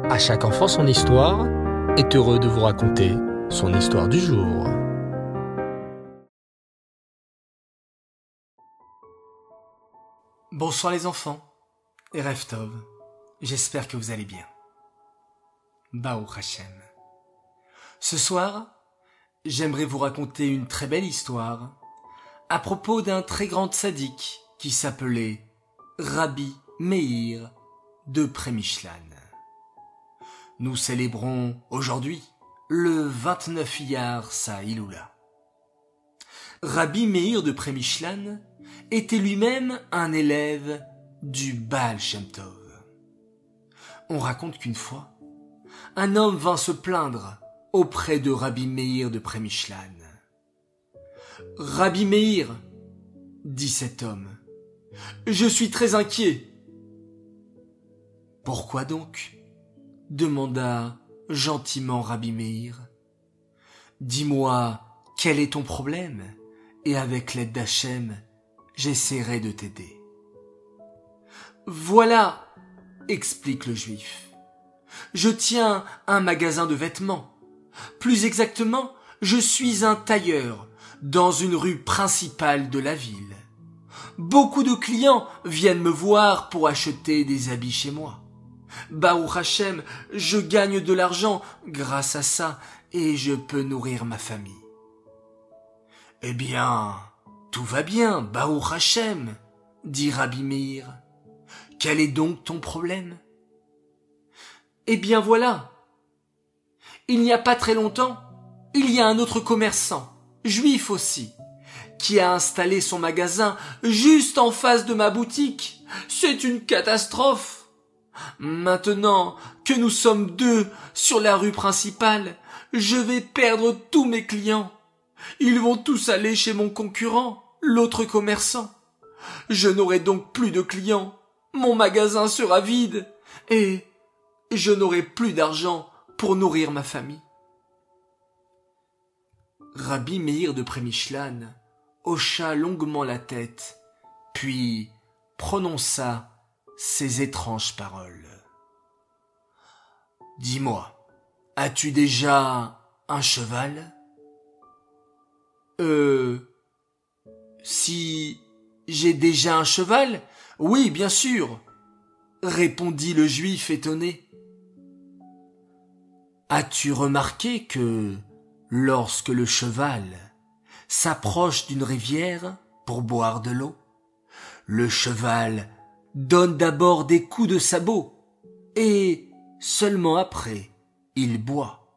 À chaque enfant son histoire est heureux de vous raconter son histoire du jour. Bonsoir les enfants, et Erev Tov, j'espère que vous allez bien. Baruch Hashem. Ce soir, j'aimerais vous raconter une très belle histoire à propos d'un très grand tzaddik qui s'appelait Rabbi Meir de Premishlan. Nous célébrons aujourd'hui le 29 Iyar sa Iloula. Rabbi Meir de Premishlan était lui-même un élève du Baal Shem Tov. On raconte qu'une fois, un homme vint se plaindre auprès de Rabbi Meir de Premishlan. « Rabbi Meir, dit cet homme, je suis très inquiet. »« Pourquoi donc ?» demanda gentiment Rabbi Meir. « Dis-moi, quel est ton problème, et avec l'aide d'Hachem, j'essaierai de t'aider. »« Voilà, explique le juif, je tiens un magasin de vêtements. Plus exactement, je suis un tailleur dans une rue principale de la ville. Beaucoup de clients viennent me voir pour acheter des habits chez moi. Baruch Hashem, je gagne de l'argent grâce à ça et je peux nourrir ma famille. »« Eh bien, tout va bien, Baruch Hashem, dit Rabbi Meir. Quel est donc ton problème ? » Eh bien voilà. Il n'y a pas très longtemps, il y a un autre commerçant, juif aussi, qui a installé son magasin juste en face de ma boutique. C'est une catastrophe. Maintenant que nous sommes deux sur la rue principale, je vais perdre tous mes clients. Ils vont tous aller chez mon concurrent, l'autre commerçant. Je n'aurai donc plus de clients. Mon magasin sera vide et je n'aurai plus d'argent pour nourrir ma famille. Rabbi Meir de Premishlan hocha longuement la tête, puis prononça ces étranges paroles. « Dis-moi, as-tu déjà un cheval ? » Si j'ai déjà un cheval ? Oui, bien sûr, répondit le juif étonné. As-tu remarqué que, lorsque le cheval s'approche d'une rivière pour boire de l'eau, le cheval donne d'abord des coups de sabot et seulement après, il boit.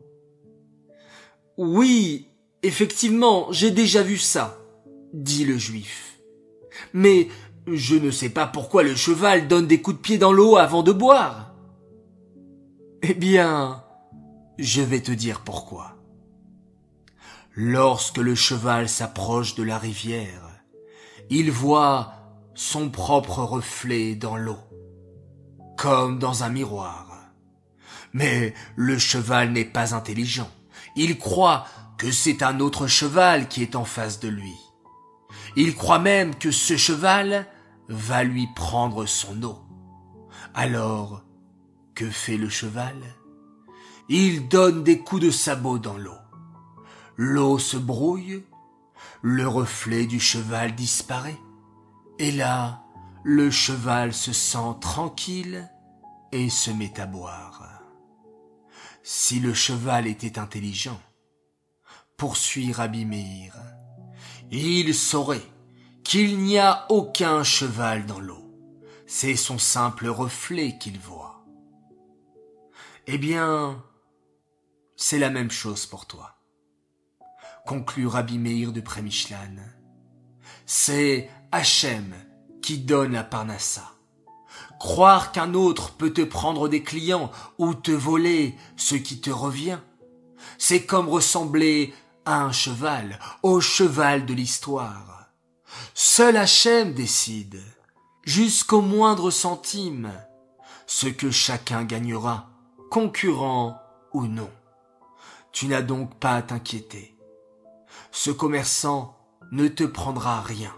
Oui, effectivement, j'ai déjà vu ça, dit le juif. Mais je ne sais pas pourquoi le cheval donne des coups de pied dans l'eau avant de boire. Eh bien, je vais te dire pourquoi. Lorsque le cheval s'approche de la rivière, il voit son propre reflet dans l'eau, comme dans un miroir. Mais le cheval n'est pas intelligent. Il croit que c'est un autre cheval qui est en face de lui. Il croit même que ce cheval va lui prendre son eau. Alors, que fait le cheval ? Il donne des coups de sabot dans l'eau. L'eau se brouille, le reflet du cheval disparaît, et là, le cheval se sent tranquille et se met à boire. Si le cheval était intelligent, poursuit Rabbi Meir, il saurait qu'il n'y a aucun cheval dans l'eau. C'est son simple reflet qu'il voit. Eh bien, c'est la même chose pour toi, conclut Rabbi Meir de Premishlan. C'est Hachem qui donne la parnassa. Croire qu'un autre peut te prendre des clients ou te voler ce qui te revient, c'est comme ressembler à un cheval, au cheval de l'histoire. Seul Hachem décide, jusqu'au moindre centime, ce que chacun gagnera, concurrent ou non. Tu n'as donc pas à t'inquiéter. Ce commerçant ne te prendra rien.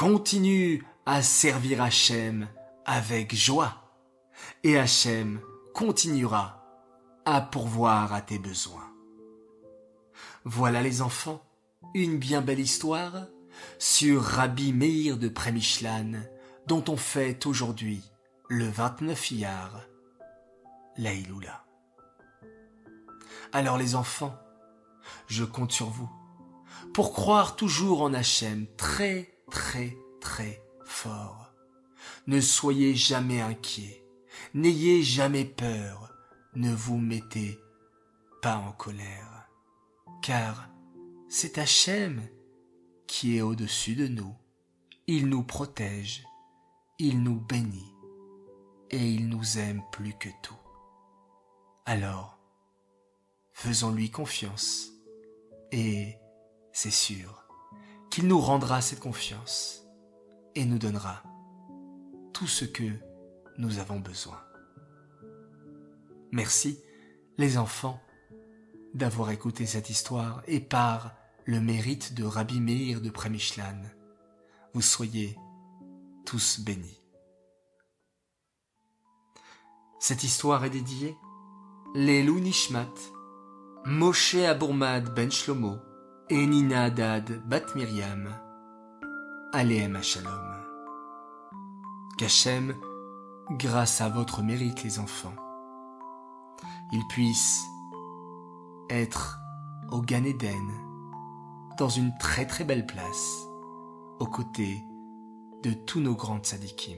Continue à servir Hachem avec joie, et Hachem continuera à pourvoir à tes besoins. Voilà les enfants, une bien belle histoire sur Rabbi Meir de Premishlan, dont on fête aujourd'hui le 29 Iyar, la Iloula. Alors les enfants, je compte sur vous pour croire toujours en Hachem très très très fort. Ne soyez jamais inquiets, n'ayez jamais peur, ne vous mettez pas en colère, car c'est Hachem qui est au-dessus de nous. Il nous protège, il nous bénit et il nous aime plus que tout. Alors, faisons-lui confiance et c'est sûr qu'il nous rendra cette confiance et nous donnera tout ce que nous avons besoin. Merci, les enfants, d'avoir écouté cette histoire et par le mérite de Rabbi Meir de Premishlan, vous soyez tous bénis. Cette histoire est dédiée Leilou Nishmat, Moshe Abourmad ben Shlomo et Nina Haddad bat Miriam, Alehem Shalom. Qu'Hachem, grâce à votre mérite les enfants, ils puissent être au Gan Eden, dans une très très belle place, aux côtés de tous nos grands tzadikim.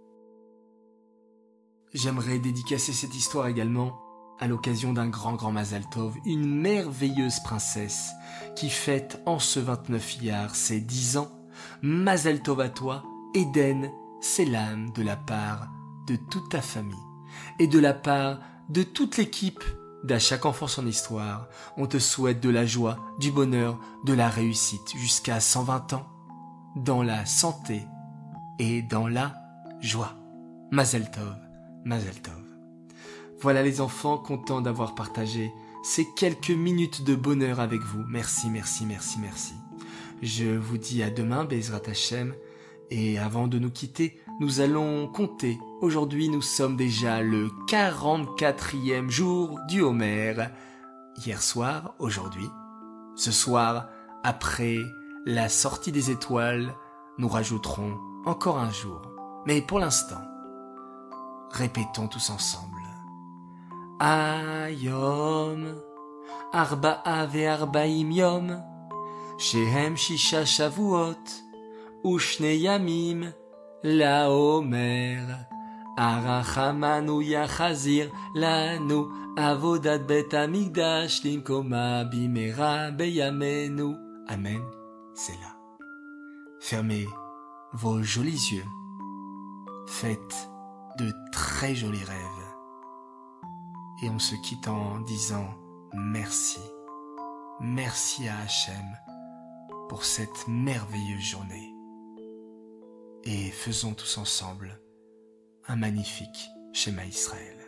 J'aimerais dédicacer cette histoire également à l'occasion d'un grand Mazal Tov, une merveilleuse princesse qui fête en ce 29 Iyar ses 10 ans. Mazal Tov à toi, Eden, c'est l'âme de la part de toute ta famille et de la part de toute l'équipe d'À chaque enfant son histoire. On te souhaite de la joie, du bonheur, de la réussite jusqu'à 120 ans, dans la santé et dans la joie. Mazal Tov, Mazal Tov. Voilà les enfants, contents d'avoir partagé ces quelques minutes de bonheur avec vous. Merci, merci, merci, merci. Je vous dis à demain, Bezrat Hashem. Et avant de nous quitter, nous allons compter. Aujourd'hui, nous sommes déjà le 44e jour du Homer. Hier soir, aujourd'hui, ce soir, après la sortie des étoiles, nous rajouterons encore un jour. Mais pour l'instant, répétons tous ensemble. Ayom, Arba'a ve'arba'im yom, shehem shisha shavuot, Ushne yamim, la Omer, Arachamanu yachazir, lanu, avodat bet amigdash, limkoma bimera beyamenu. Amen, c'est là. Fermez vos jolis yeux. Faites de très jolis rêves. Et on se quitte en disant merci. Merci à Hachem pour cette merveilleuse journée. Et faisons tous ensemble un magnifique Shema Israël.